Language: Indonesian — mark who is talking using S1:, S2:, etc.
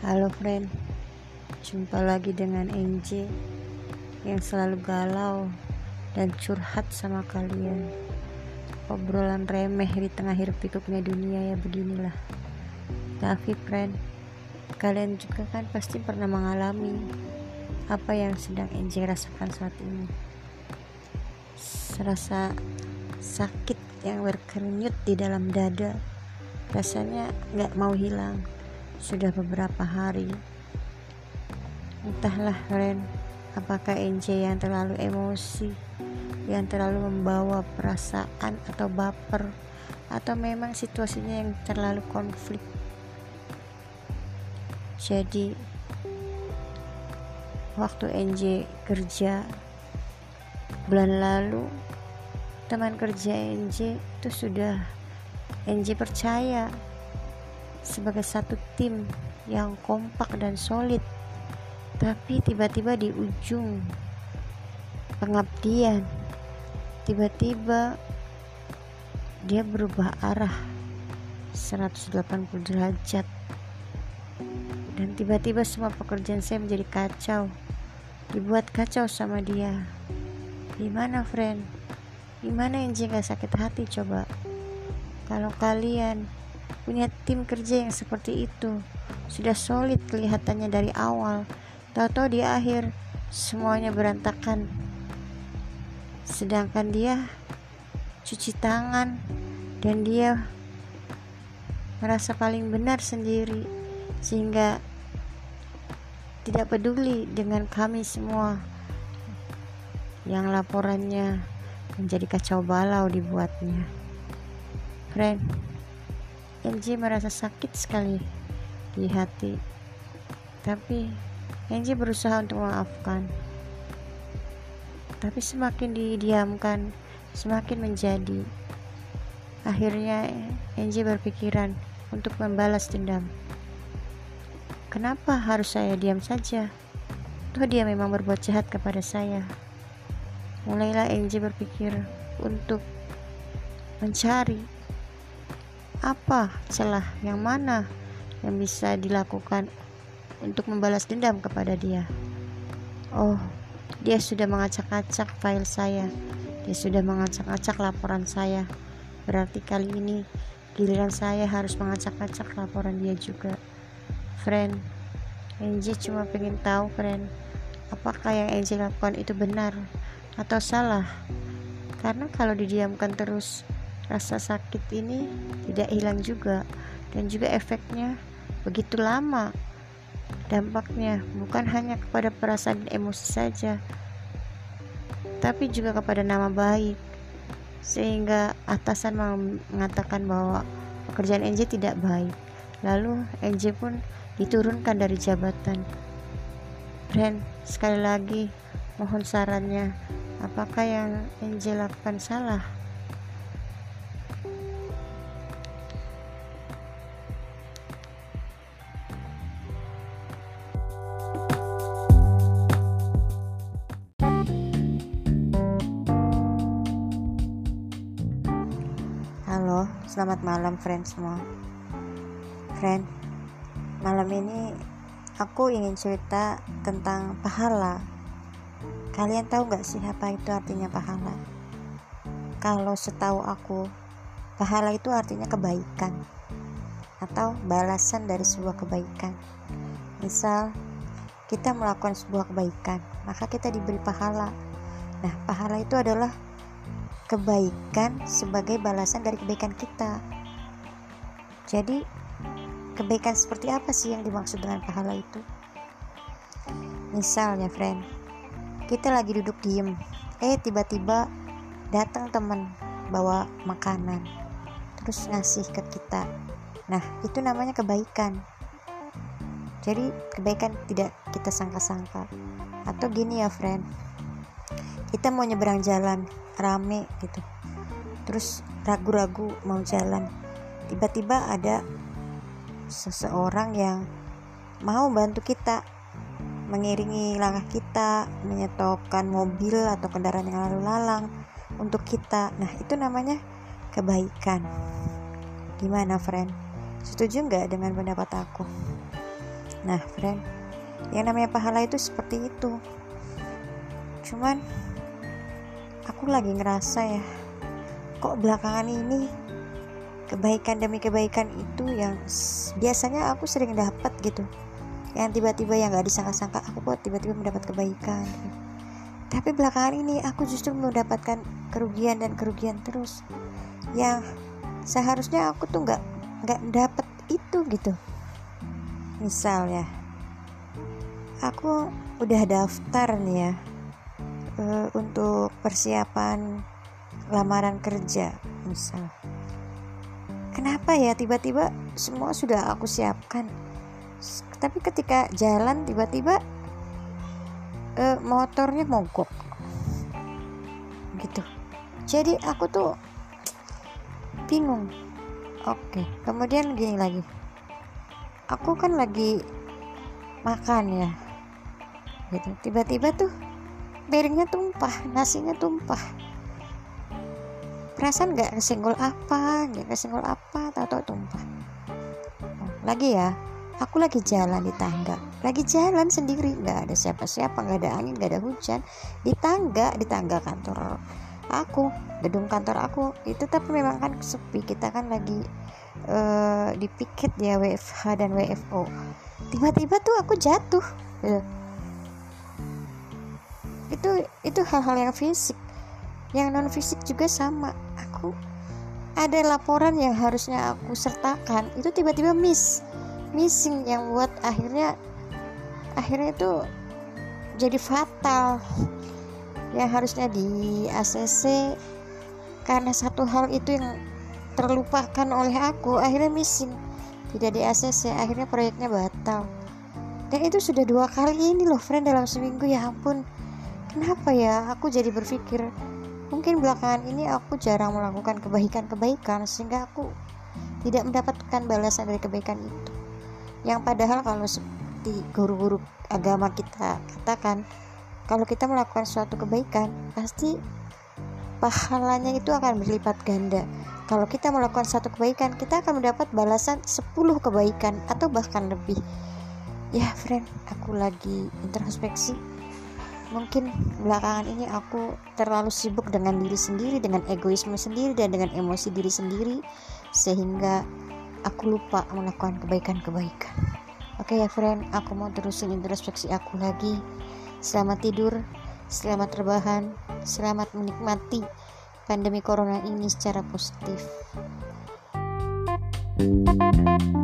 S1: Halo friend, jumpa lagi dengan NJ yang selalu galau dan curhat sama kalian. Obrolan remeh di tengah hiruk pikuknya dunia, ya beginilah. Tapi friend, kalian juga kan pasti pernah mengalami apa yang sedang NJ rasakan saat ini. Serasa sakit yang berkerunyut di dalam dada, rasanya gak mau hilang. Sudah beberapa hari. Entahlah friend, apakah NJ yang terlalu emosi, yang terlalu membawa perasaan atau baper, atau memang situasinya yang terlalu konflik. Jadi waktu NJ kerja bulan lalu, teman kerja NJ itu sudah NJ percaya sebagai satu tim yang kompak dan solid, tapi tiba-tiba di ujung pengabdian tiba-tiba dia berubah arah 180 derajat, dan tiba-tiba semua pekerjaan saya menjadi kacau, dibuat kacau sama dia. Gimana friend? Gimana NJ gak sakit hati coba? Kalau kalian punya tim kerja yang seperti itu, sudah solid kelihatannya dari awal, tahu-tahu di akhir semuanya berantakan, sedangkan dia cuci tangan dan dia merasa paling benar sendiri, sehingga tidak peduli dengan kami semua yang laporannya menjadi kacau balau dibuatnya. Friend, NJ merasa sakit sekali di hati, tapi NJ berusaha untuk memaafkan. Tapi semakin didiamkan, semakin menjadi. Akhirnya NJ berpikiran untuk membalas dendam. Kenapa harus saya diam saja? Toh dia memang berbuat jahat kepada saya. Mulailah NJ berpikir untuk mencari apa celah yang mana yang bisa dilakukan untuk membalas dendam kepada dia. Oh, dia sudah mengacak-acak file saya, dia sudah mengacak-acak laporan saya. Berarti kali ini giliran saya harus mengacak-acak laporan dia juga. Friend, NJ cuma pengen tahu friend, apakah yang NJ lakukan itu benar atau salah? Karena kalau didiamkan terus, rasa sakit ini tidak hilang juga, dan juga efeknya begitu lama. Dampaknya bukan hanya kepada perasaan dan emosi saja, tapi juga kepada nama baik, sehingga atasan mengatakan bahwa pekerjaan NJ tidak baik, lalu NJ pun diturunkan dari jabatan. Dan sekali lagi mohon sarannya, apakah yang NJ lakukan salah? Halo, selamat malam friend semua. Friend, malam ini aku ingin cerita tentang pahala. Kalian tahu gak sih apa itu artinya pahala? Kalau setahu aku, pahala itu artinya kebaikan atau balasan dari sebuah kebaikan. Misal kita melakukan sebuah kebaikan, maka kita diberi pahala. Nah, pahala itu adalah kebaikan sebagai balasan dari kebaikan kita. Jadi kebaikan seperti apa sih yang dimaksud dengan pahala itu? Misalnya friend, kita lagi duduk diem, tiba-tiba datang teman bawa makanan, terus ngasih ke kita. Nah, itu namanya kebaikan. Jadi kebaikan tidak kita sangka-sangka. Atau gini ya friend, kita mau nyeberang jalan rame gitu, terus ragu-ragu mau jalan, tiba-tiba ada seseorang yang mau bantu kita, mengiringi langkah kita, menyetopkan mobil atau kendaraan yang lalu lalang untuk kita. Nah, itu namanya kebaikan. Gimana friend? Setuju nggak dengan pendapat aku? Nah friend, yang namanya pahala itu seperti itu. Cuman aku lagi ngerasa ya, kok belakangan ini kebaikan demi kebaikan itu yang biasanya aku sering dapat gitu, yang tiba-tiba yang gak disangka-sangka aku kok tiba-tiba mendapat kebaikan gitu. Tapi belakangan ini aku justru mendapatkan kerugian dan kerugian terus, yang seharusnya aku tuh nggak dapet itu gitu. Misal ya, aku udah daftar nih ya untuk persiapan lamaran kerja misal. Kenapa ya tiba-tiba semua sudah aku siapkan, tapi ketika jalan tiba-tiba motornya mogok gitu. Jadi aku tuh bingung. Oke, kemudian gini lagi, aku kan lagi makan ya gitu, tiba-tiba tuh piringnya tumpah, nasinya tumpah. Perasaan gak kesenggol apa, tahu-tahu tumpah. Lagi ya, aku lagi jalan di tangga, lagi jalan sendiri, nggak ada siapa-siapa, nggak ada angin, nggak ada hujan, di tangga kantor aku, gedung kantor aku itu. Tapi memang kan sepi, kita kan lagi di piket ya, WFH dan WFO. Tiba-tiba tuh aku jatuh gitu. Itu hal-hal yang fisik. Yang non fisik juga sama. Aku ada laporan yang harusnya aku sertakan, itu tiba-tiba missing, yang buat akhirnya itu jadi fatal, yang harusnya di ACC karena satu hal itu yang terlupakan oleh aku, akhirnya missing, tidak di ACC, akhirnya proyeknya batal. Dan itu sudah 2 kali ini loh friend dalam seminggu. Ya ampun, kenapa ya aku jadi berpikir mungkin belakangan ini aku jarang melakukan kebaikan sehingga aku tidak mendapatkan balasan dari kebaikan itu. Yang padahal kalau seperti guru-guru agama kita katakan, kalau kita melakukan suatu kebaikan pasti pahalanya itu akan berlipat ganda. Kalau kita melakukan satu kebaikan, kita akan mendapat balasan 10 kebaikan atau bahkan lebih. Ya friend, aku lagi introspeksi. Mungkin belakangan ini aku terlalu sibuk dengan diri sendiri, dengan egoisme sendiri, dan dengan emosi diri sendiri, sehingga aku lupa melakukan kebaikan-kebaikan. Oke ya friend, aku mau terusin introspeksi aku lagi. Selamat tidur, selamat rebahan, selamat menikmati pandemi corona ini secara positif.